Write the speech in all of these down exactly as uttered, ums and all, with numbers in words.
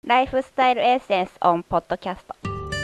ライフスタイルエッセンスオンポッドキャスト。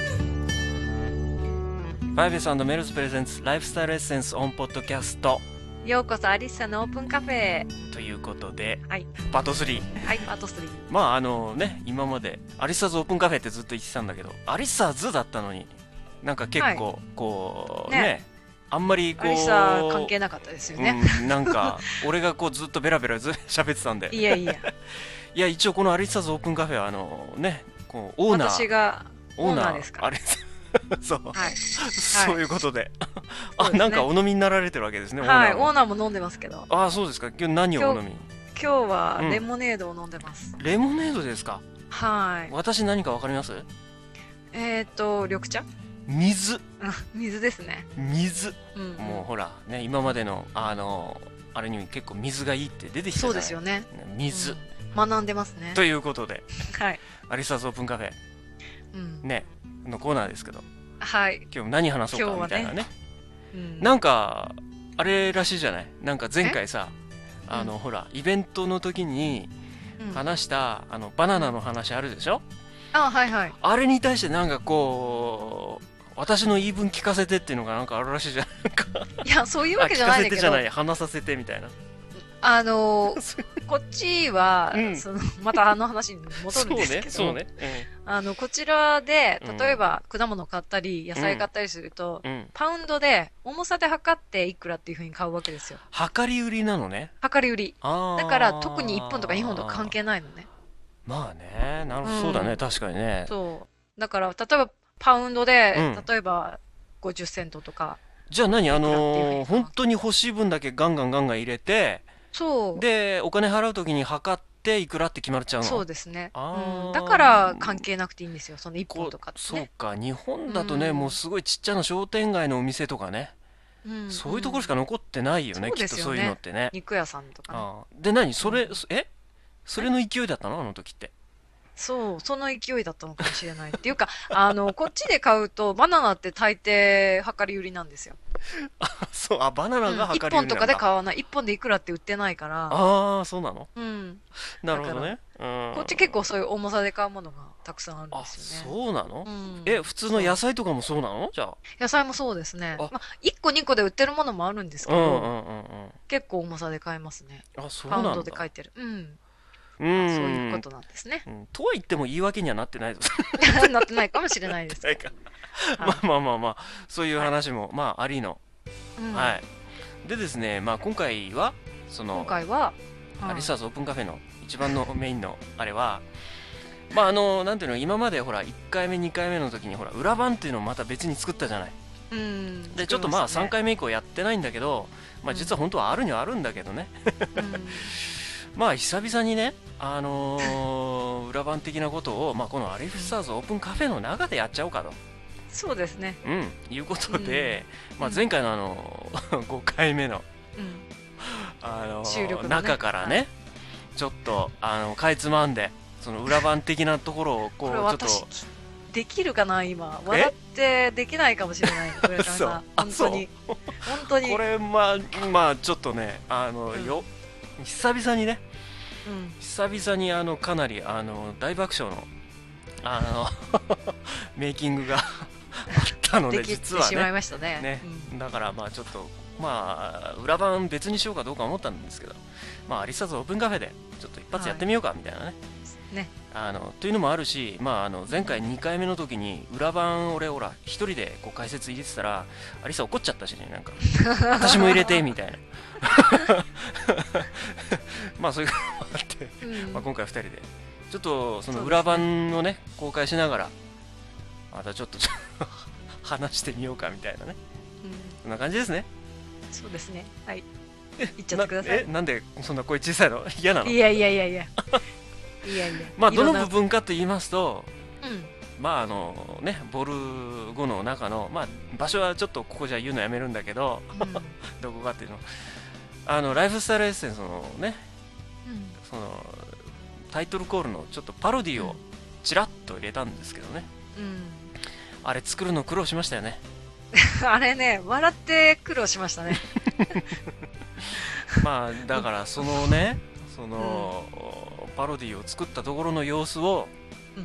ファイブエス メルズプレゼンツライフスタイルエッセンスオンポッドキャスト。 ようこそアリッサのオープンカフェということで、 はい、 パートスリー。 はい、パートスリー。 まああのね、今までアリッサーズオープンカフェってずっと言ってたんだけど、アリッサーズだったのに、なんか結構、はい、こうね、ね、あんまりこうアリッサー関係なかったですよね。 うん、なんか俺がこうずっとベラベラず喋ってたんで。 いやいや。 いや一応このアリッサーズオープンカフェはあのね、こうオーナー、 私がオーナーですから。 アリッサそう、 はい、 そういうことで、あ、ね、なんかお飲みになられてるわけですね。 はい、オーナーも飲んでますけど。 ああ、そうですか。今日何をお飲み？ 今日はレモネードを飲んでます。 うん、レモネードですか？ はい。 私何かわかります？ えっと緑茶？ 水。 水ですね。 水。 うんうん、 もうほらね、今までのあのあれに結構水がいいって出てきたじゃない。 そうですよね。 水。 うん、学んでますね。 ということで、 はい。 アリッサーズオープンカフェ、うん、ねのコーナーですけど、 はい。 今日何話そうかみたいなね。 ね、うん、 なんかあれらしいじゃない。なんか前回さ、あの、うん、ほらイベントの時に話した、うん、あのバナナの話あるでしょ。 あ、はいはい。 あれに対してなんかこう私の言い分聞かせてっていうのがなんかあるらしいじゃないか。 いやそういうわけじゃないんだけど。 聞かせてじゃない、話させてみたいな。 あのー、こっちは、うん、そのまたあの話に戻るんですけど、 そうね、そうね、うん、あのこちらで例えば果物買ったり野菜買ったりすると、うん、パウンドで重さで測っていくらっていうふうに買うわけですよ。 量り売りなのね。 量り売り。だから特にいっぽんとかにほんとか関係ないのね。 まあね、なるほど、うん、そうだね、確かにね。 そうだから例えばパウンドで、うん、例えばごじゅっセントとか。 じゃあ何、あのー、本当に欲しい分だけガンガンガンガン入れて、 そうでお金払うときに測っていくらって決まっちゃうの。 そうですね、うん、だから関係なくていいんですよ、そのいっぽんとかって、ね、 そうか、日本だとね、うん、もうすごいちっちゃな商店街のお店とかね、うん、そういうところしか残ってないよね、うん、きっとそういうのってね。 肉屋さんとかね。 あで何それ、うん、えそれの勢いだったのあの時って。 そう、その勢いだったのかもしれない。っていうか、あの、こっちで買うと、バナナって大抵、量り売りなんですよ。 あ、そう、あ、バナナが量り売りなんだ。 いっぽんとかで買わない。いっぽんでいくらって売ってないから。 ああ、そうなの？ うん。 なるほどね。 うん。こっち結構そういう重さで買うものがたくさんあるんですよね。 あ、そうなの？ うん、 え、普通の野菜とかもそうなの？じゃあ。 野菜もそうですね。まあ、いっこにこで売ってるものもあるんですけど、うんうんうんうん、結構重さで買えますね。 あ、そうなんだ。 パウンドで書いてる。うん。 うん、 そういうことなんですね。 うん、とは言っても言い訳にはなってないぞ。 なってないかもしれないです。 まあまあまあまあ、そういう話も、はい、まあありの、うん、はい。でですね、まあ今回はその今回は、 アリッサーズオープンカフェの一番のメインのあれは、まああのなんていうの、今までほらいっかいめにかいめの時にほら裏番っていうのをまた別に作ったじゃない。 うん、 でちょっとまあさんかいめ以降やってないんだけど、まあ実は本当はあるにはあるんだけどね。うんまあ久々にね、あのー、裏番的なことを、まあ、このアリフスターズオープンカフェの中でやっちゃおうかと。 そうですね。 うん、いうことで、うん、まあ、前回のあのー、ごかいめの、うん、あのーね、中からね、はい、ちょっとあのかいつまんでその裏番的なところをこうちょっとできるかな今笑ってできないかもしれない。 そう本当に本当にこれまあまあちょっとねあの、うん、よ久々にね、うん、久々にあのかなりあの大爆笑のあのメイキングがあったので実はね、 できてしまいましたね。 ね、うん、だからまあちょっとまあ裏番別にしようかどうか思ったんですけど、まあアリッサーズオープンカフェでちょっと一発やってみようかみたいなね。はい、ねあのというのもあるし、まあ、あの前回にかいめの時に裏番俺ほら一人でこう解説入れてたらアリサ怒っちゃったしね、なんか私も入れてみたいなまあそういうのもあって、うんまあ、今回ふたりでちょっとその裏番をね公開しながらまたちょっと話してみようかみたいなね、うん、そんな感じですね。 そうですね、はい、言っちゃってください。 え、なんでそんな声小さいの？嫌なの？ いやいやいやいやいやいやまあどの部分かと言いますと、 うん、 まああのねボルゴの中の、まあ、場所はちょっとここじゃ言うのやめるんだけど、うん、どこかっていうのあのライフスタイルエッセンスのね、うん、そのタイトルコールのちょっとパロディをちらっと入れたんですけどね、うん、あれ作るの苦労しましたよねあれね笑って苦労しましたねまあだからそのねその、うん、パロディを作ったところの様子を、うん、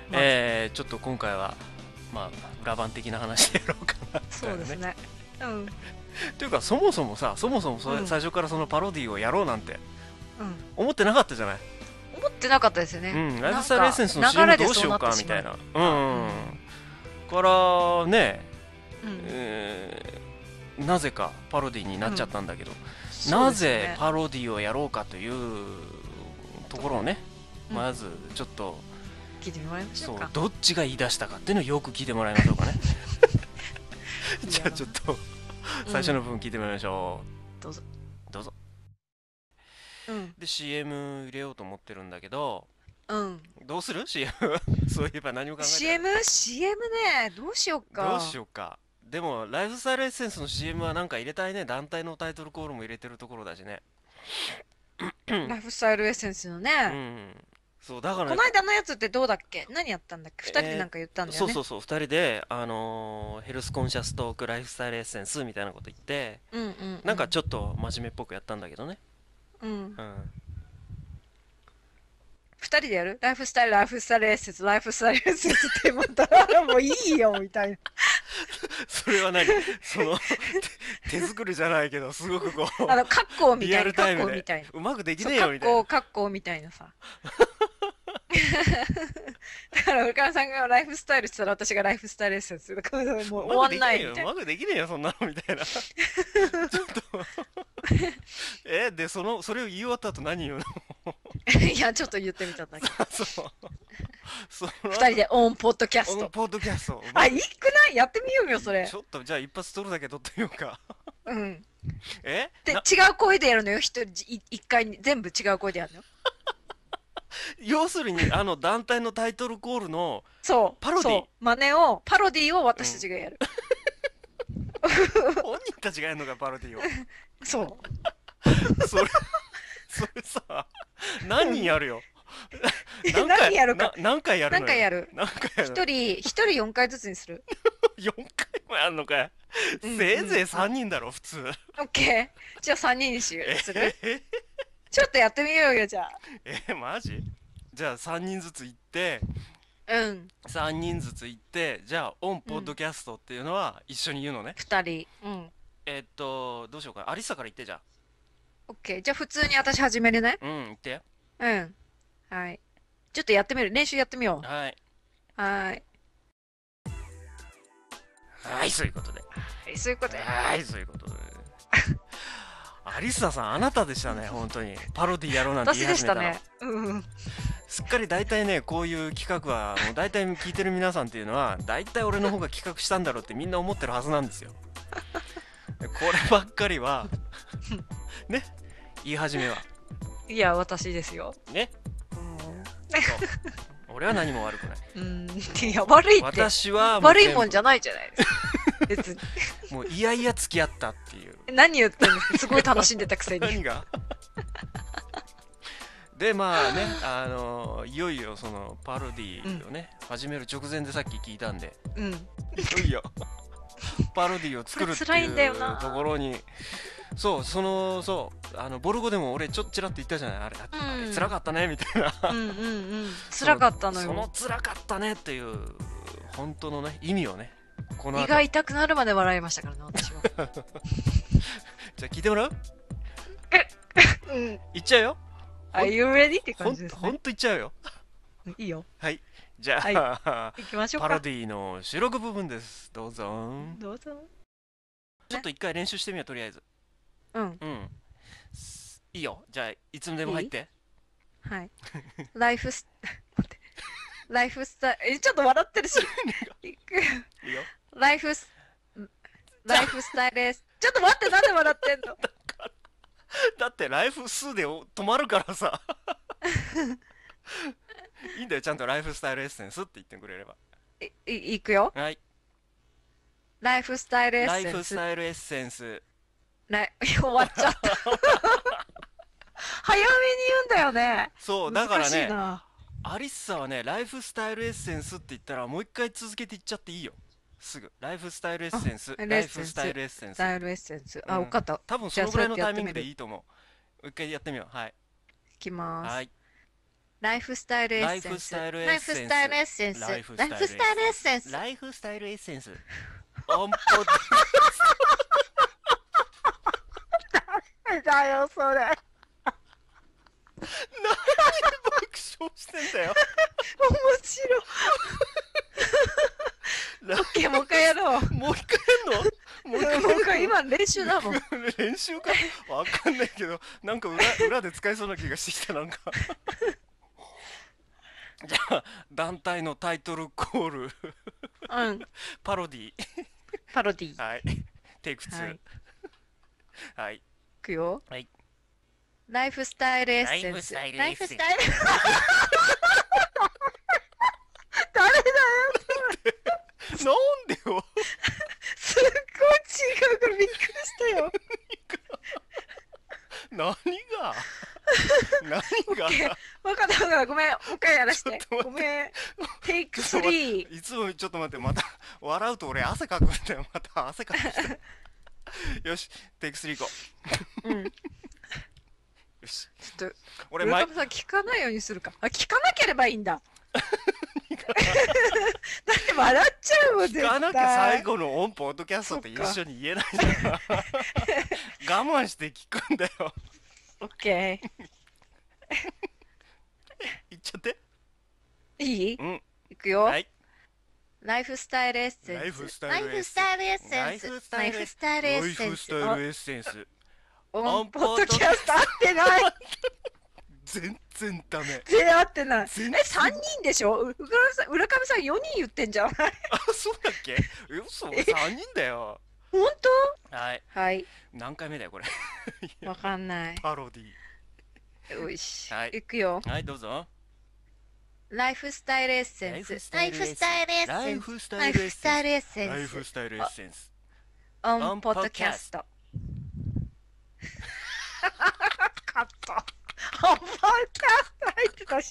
えー、ちょっと今回はまあ裏番的な話でやろうかな、ね、 そうですね。うん。 というかそもそもさそもそもそれ、 うん、 最初からそのパロディをやろうなんて、 うん、 思ってなかったじゃない。 思ってなかったですよね。 うん、ライフスタイルエッセンスの シーエム どうしようかみたいな。うん、うん、からね、うん、えー、なぜかパロディになっちゃったんだけど、うん、なぜパロディをやろうかというところをね、うん、まずちょっと聞いてもらいましょうか。 そう、どっちが言い出したかっていうのをよく聞いてもらいましょうかね。じゃあちょっと最初の部分聞いてもらいましょう。 どうぞどうぞ。 うん、 で シーエム 入れようと思ってるんだけど、 うん、 どうする シーエム そういえば何も考えてない。 シーエム? シーエム ね、どうしようか。 どうしようか。でもライフスタイルエッセンスの シーエム はなんか入れたいね。団体のタイトルコールも入れてるところだしね。 ライフスタイルエッセンスのね、 うん、そうだから、 この間のやつってどうだっけ、何やったんだっけ、ふたりでなんか言ったんだよね、 えー、そうそうそう、ふたりで、あのー、ヘルスコンシャストークライフスタイルエッセンスみたいなこと言って、 うんうん、うん、 なんかちょっと真面目っぽくやったんだけどね。 うん、うん、 ふたりでやる、ライフスタイル、ライフスタイルエッセンス、ライフスタイルエッセンスって思ったらもういいよみたいな。 それは何その手作りじゃないけど、すごくこうあのカッコみたいな、 リアルタイムでみたいな、 うまくできねえよみたいな、 カッコみたいなさ。だから浦川さんがライフスタイルしたら私がライフスタイルエッセンス、もう終わんないみたいな。 うまくできねえよそんなのみたいな。ちょっとえでそのそれを言い終わった後何言うの？ いやちょっと言ってみたんだけど。 そうふたりでオンポッドキャスト。 オンポッドキャスト。 あ、いいくない？やってみようよそれ。 ちょっとじゃあ一発撮るだけ撮ってみようか。 うん。 え？ で違う声でやるのよ。一人一回に全部違う声でやるのよ。 要するにあの団体のタイトルコールのそうパロディ、 真似をパロディを私たちがやる。 本人たちがやるのがパロディを。 そう。 それそれさ何人やるよ。 何やるか。 何回やるのよ。 何回やる。 何回やる。 一人一人四回ずつにする。 よんかいもやるのかい。せいぜいさんにんだろ普通。 オッケー。じゃあさんにんにしよう。する？ちょっとやってみようよじゃあ。 えマジ？じゃあさんにんずつ行って、 うん。 さんにんずつ行って、じゃあオンポッドキャストっていうのは一緒に言うのね。 ふたり。うん。 えっとどうしようか。アリサから言ってじゃあ。 オッケー。じゃあ普通に私始めるね。 うん、言って。 うん。はい。ちょっとやってみる。練習やってみよう。 はい。 はい。 はい、そういうことで。 はい、そういうことで。 はい、そういうことで。アリサさん、あなたでしたね、本当に。パロディやろうなんて言い始めたら。 私でしたね。うん。 すっかり大体ね、こういう企画は、もう大体聞いてる皆さんっていうのは、大体俺の方が企画したんだろうってみんな思ってるはずなんですよ。こればっかりは、ね、言い始めは。 いや、私ですよ。 ね。俺は何も悪くない。 うん、いや、悪いって。 私は悪いもんじゃないじゃないですか。別に。 もういやいや付き合ったっていう。 何言ってんですか？すごい楽しんでたくせに。 何がで、まあね、あのー、いよいよそのパロディをね、うん、始める直前でさっき聞いたんで、 うん、 いよいよパロディを作るっていうところに、そう、その、そう、あの、ボルゴでも俺ちょっとちらっと言ったじゃない、あれ、うん、あれ辛かったね、みたいな。 うんうんうん。辛かったのよ。 その辛かったねっていう、本当のね、意味をね、 この胃が痛くなるまで笑いましたからね、私は。 じゃあ聞いてもらう？ うん。 言っちゃうよ。 Are you ready? って感じですね。 ほんと言っちゃうよ。 いいよ。 はい。じゃあ、 はい、行きましょうか。 パロディの収録部分です。どうぞ。 どうぞ。 ちょっと一回練習してみよう、とりあえず。 うん。 うん。いいよ。じゃあ、いつでも入って。 いい？はい。ライフス、待って。ライフスタイル、え、ちょっと笑ってるし。いくよ。 いいよ。 ライフス、ライフスタイルです。ちょっと待って、なんで笑ってんの？ だってライフ数で止まるからさ。いいんだよ、ちゃんとライフスタイルエッセンスって言ってくれれば。 い、い、いくよ。 はい。 ライフスタイルエッセンス。 ライフスタイルエッセンス。 ライ終わっちゃった。早めに言うんだよね。 そう、だからね、アリッサはね、ライフスタイルエッセンスって言ったらもう一回続けて言っちゃっていいよ。すぐ。ライフスタイルエッセンス。ライフスタイルエッセンス。 スタイルエッセンス。あ、分かった。 多分そのぐらいのタイミングでいいと思う。もう一回やってみよう。はい。 いきます。はい。 ライフスタイルエッセンス。 ライフスタイルエライッセンス。 フスタイルエッセンス。 ライフライフスタイルエッセンス。 ライフスタイルエッセンス。オンポッド。 なんだよ、それ。 何爆笑してんだよ。 面白い。オッケー、もう一回やろう。 もう一回やんの？もう一回もう一回、今練習だもん。 練習かわかんないけど、なんか裏裏で使えそうな気がしてきた。なんかじゃあ団体のタイトルコールうん。 パロディパロディ。 はい、テイクツー。 はいはい、 いくよ。 はい。 ライフスタイルエッセンス。 ライフスライフスタイルエッセンスタイル。誰だよ。 なんでよ。 すっごい違うからびっくりしたよ。 何が何がわかったわかった。ごめん。もう一回やらしてちょっと待って。 ごめん。テイクスリー。 いつもちょっと待って、また笑うと俺汗かくんだよ。また汗かくしてよし、テイクスリー行こうん。 う。よし、 ちょっと、 俺前村上さん聞かないようにするか。あ、聞かなければいいんだ。だって笑っちゃうもん、絶対。 聞かなきゃ最後のオンポッドキャストって一緒に言えないじゃん。我慢して聞くんだよ。 オッケー。 言っちゃって。 いい？ うん。 いくよ。 はい。 ライフスタイルエッセンス。 ライフスタイルエッセンス。 ライフスタイルエッセンス。 ライフスタイルエッセンス。 ライライフスタイルエッセンス。 フスタイルエッセンス。 オンポッドキャスト合ってない。 全然ダメ。 全然合ってない。え、 全然さんにんでしょ？う浦上さん、浦上さんよにん言ってんじゃん。 あ、そうだっけ？嘘、さんにんだよ。 ほんと？ はい。 はい。 何回目だよ、これ。 わかんない。 パロディ。 よし。 はいいくよ。 はい、どうぞ。 ライフスタイルエッセンス。ライフスタイルエッセンス。 ライフスタライイルエッフスタイルエッセンス。 センス。 ライフスタイルエッセンス。 オンポッドキャスト。カット。オンポッドキャスト入ってたし。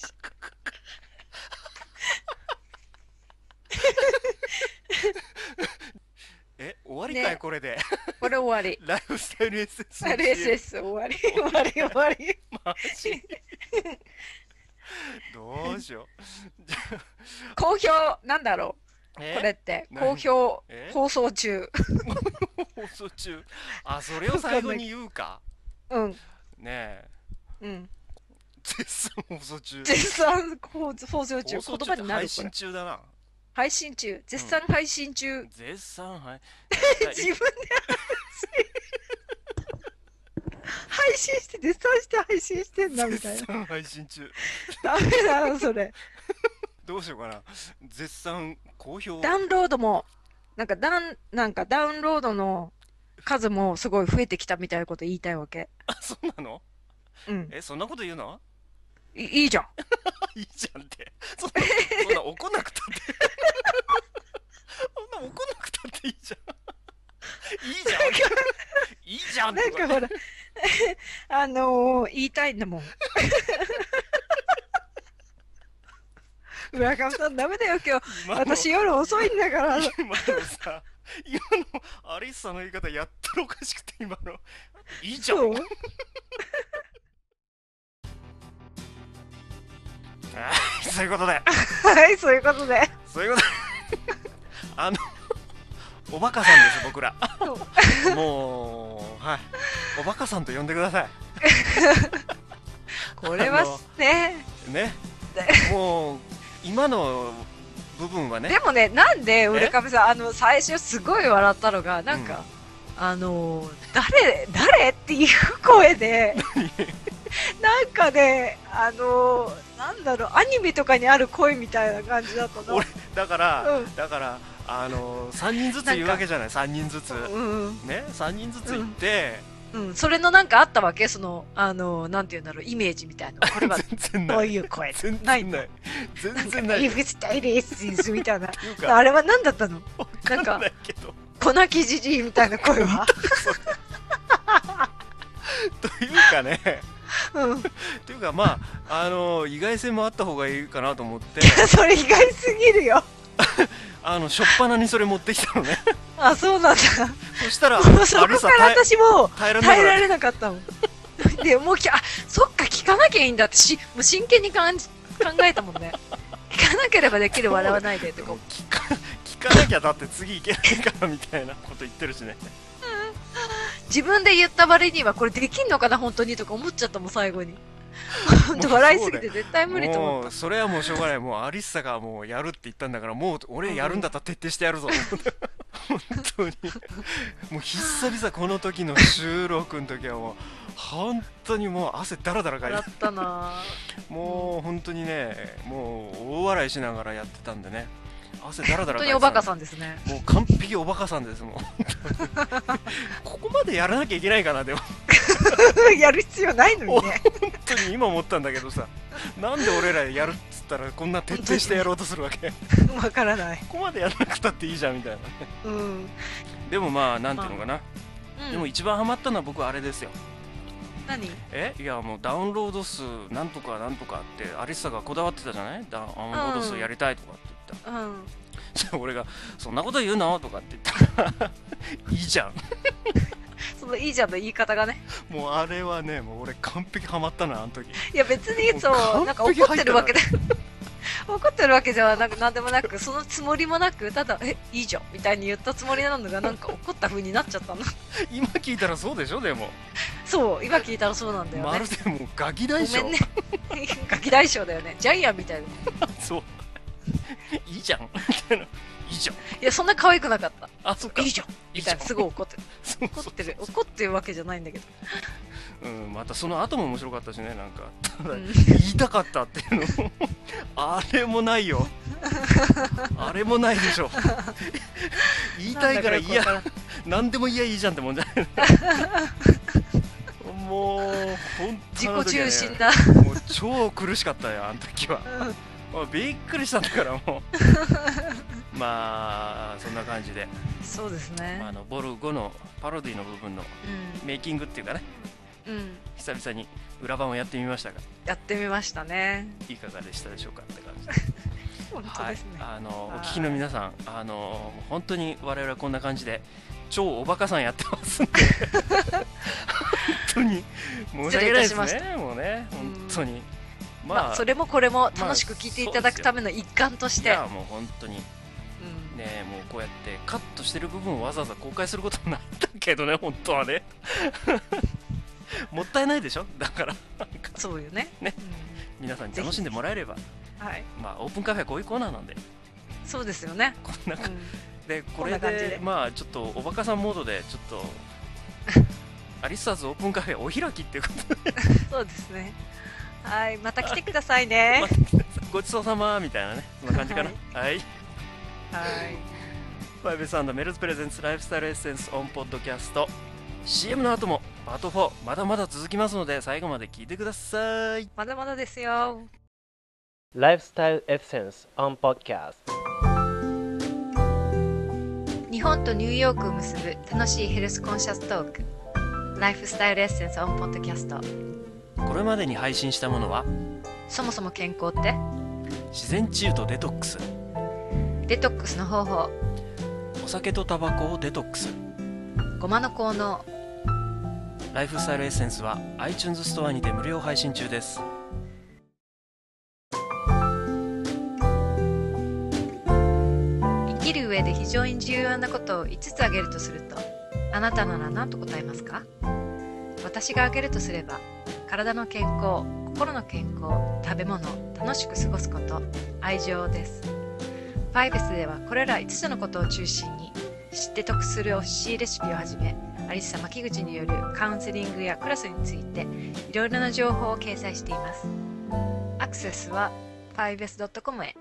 え、終わりかい、 ねこれで。 これ終わり。 ライフスタイルエッセンス。 スタイルエッセンス終わり。終わり終わり。 マジどうしよう。じゃあ好評、なんだろう。 えこれって、 何好評え、 放送中。 放送中。あ、それを最後に言うか。 うん。 ねえ。 うん。 絶賛放送中。 絶賛放放送中。 放送中言葉になる配信これ。 中だな。 配信中。絶賛配信中。 絶賛はい。 自分で配信して、絶賛して配信してんだみたいな。 絶賛配信中。 ダメだよ、それ。 どうしようかな。絶賛好評。 ダウンロードも、なんかダウン、なんかダウンロードの数もすごい増えてきたみたいなこと言いたいわけ。 あ、そうなの？ うん。 え、そんなこと言うの？ いいいじゃん。 いいじゃんって。そんな、そんな怒んなくたって。そんな怒んなくたっていいじゃん。いいじゃん。いいじゃんってなんかほら、あのー、言いたいんだもん。村上さんダメだよ今日。 今の私夜遅いんだから。 今のさ、今のアリスさんの言い方やったらおかしくて、今の。いいじゃん。 そうはい、そういうことで。 はい、そういうことで。 そういうことで。あの、おバカさんです、僕ら。もう、はい。おバカさんと呼んでください。 これはね。 ね。もう、今の部分はね。 でもね、なんで村上さん、あの、最初すごい笑ったのが、なんか、うん、あの、誰、誰っていう声で、なんかね、あの、なんだろう、アニメとかにある声みたいな感じだったの。 俺、だから、 うん、 だから、あの、さんにんずつ言うわけじゃない、さんにんずつ。 うん、 ね、さんにんずつ言って、 うん、うん、それのなんかあったわけその、あの、なんていうんだろう、イメージみたいな。これは、 全然ない。 どういう声全然ない。全然ない。 ライフスタイルエッセンスみたいな。あれは何だったの？ なんか、 粉木じじいみたいな声はというかね、うん、というかまあ、あの意外性もあった方がいいかなと思ってそれ意外すぎるよあの、しょっぱなにそれ持ってきたのねあ、そうなんだ。 そしたら、 そこから私も耐えられなかったもんで、もうき、あ、そっか、聞かなきゃいいんだってし、もう真剣に感じ考えたもんね。聞かなければできる、笑わないでってこう聞か聞かなきゃだって次いけないからみたいなこと言ってるしね。 自分で言った割にはこれできんのかな本当にとか思っちゃったもん最後に。本当笑いすぎて絶対無理と思った。 もうそれはもうしょうがない。もうアリッサがもうやるって言ったんだから、もう俺やるんだったら徹底してやるぞ、うん、本当にもう久々この時の収録の時はもう本当にもう汗だらだらかいて笑ったな。 もう本当にね、もう大笑いしながらやってたんでね、汗だらだらかいてた。 本当におバカさんですね。 もう完璧おバカさんです。もうここまでやらなきゃいけないかな。でもやる必要ないのにね。 本当に今思ったんだけどさ、なんで俺らやるっつったらこんな徹底してやろうとするわけ。 わからない。 ここまでやらなくたっていいじゃんみたいなね。 うん。 でもまあなんていうのかな、 まあうん、 でも一番ハマったのは僕はあれですよ。 何？ えいやもうダウンロード数なんとかなんとかってアリッサがこだわってたじゃない。ダウンロード数やりたいとかって言った、うん、じゃあ俺がそんなこと言うのとかって言ったらいいじゃんそのいいじゃんの言い方がね、 もうあれはね、もう俺完璧ハマったなあの時。 いや別にそうなんか怒ってるわけで怒ってるわけじゃなくなんでもなく、そのつもりもなく、ただえいいじゃんみたいに言ったつもりなのがなんか怒った風になっちゃったの今聞いたらそうでしょ。でもそう今聞いたらそうなんだよね。 まるでもうガキ大将。 ごめんねガキ大将だよね、ジャイアンみたいなそういいじゃんみたいな。いいじゃん。 いやそんな可愛くなかった。 あ、そっか。 いいじゃんみたいな、すごい怒ってる怒ってる怒ってるわけじゃないんだけど、 うん、またその後も面白かったしね、なんかただ、 うん、 言いたかったっていうのあれもないよあれもないでしょ言いたいからいや何でもいやいいじゃんってもんじゃないもう本当の時は、ね、 自己中心だもう超苦しかったよあの時は、うん、もうびっくりしたんだからもうまあそんな感じで、 そうですね、 まあ、あのボルごのパロディの部分のメイキングっていうかね、うん、久々に裏番をやってみましたが、 やってみましたね。 いかがでしたでしょうかって感じで本当ですね、 はい、あのお聞きの皆さん、あの本当に我々はこんな感じで超おバカさんやってますんで本当に申し訳ないですね。もうね本当に、 まあ、まあ、それもこれも楽しく聞いていただくための一環として、まあ、 いやもう本当に、うん、ねもうこうやってカットしてる部分をわざわざ公開することないんだけどね、本当はねもったいないでしょ。だからそうよね、 ね、うん、皆さんに楽しんでもらえれば、はい、まあオープンカフェはこういうコーナーなんで、 そうですよね。 こんな、うん、でこれで、でまあちょっとおバカさんモードでちょっとアリスターズオープンカフェお開きっていうことでそうですね。はい、また来てくださいね。 ごちそうさまみたいなね、そんな感じかな。はい。はい。ファイブエス&メルズプレゼンツライフスタイルエッセンスオンポッドキャスト。シーエム の後もパートフォーまだまだ続きますので最後まで聞いてください。 まだまだですよ。 ライフスタイルエッセンスオンポッドキャスト。 日本とニューヨークを結ぶ楽しいヘルスコンシャストーク。ライフスタイルエッセンスオンポッドキャスト。 これまでに配信したものは、 そもそも健康って自然治癒とデトックス、 デトックスの方法、 お酒とタバコをデトックス、 ごまの効能。 ライフスタイルエッセンスは iTunes ストアにて無料配信中です。 生きる上で非常に重要なことをいつつ挙げるとすると、あなたなら何と答えますか？私が挙げるとすれば、体の健康、心の健康、食べ物、楽しく過ごすこと、愛情です。ファイベスではこれらいつつのことを中心に、知って得するおいしいレシピをはじめ、アリッサ牧口によるカウンセリングやクラスについていろいろな情報を掲載しています。アクセスは ファイベスドットコム へ。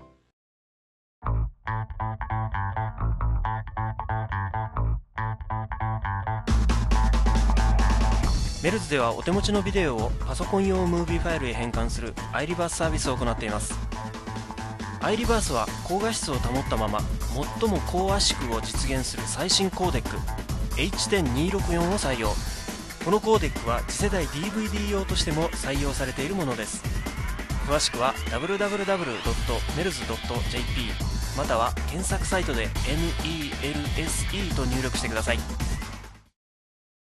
メルズではお手持ちのビデオをパソコン用ムービーファイルへ変換する iReverse サービスを行っています。iReverse は高画質を保ったまま最も高圧縮を実現する最新コーデック エイチテンにひゃくろくじゅうよん を採用。このコーデックは次世代 ディーブイディー 用としても採用されているものです。詳しくは ダブリューダブリューダブリュードットメルズドットジェーピー または検索サイトで メルズ と入力してください。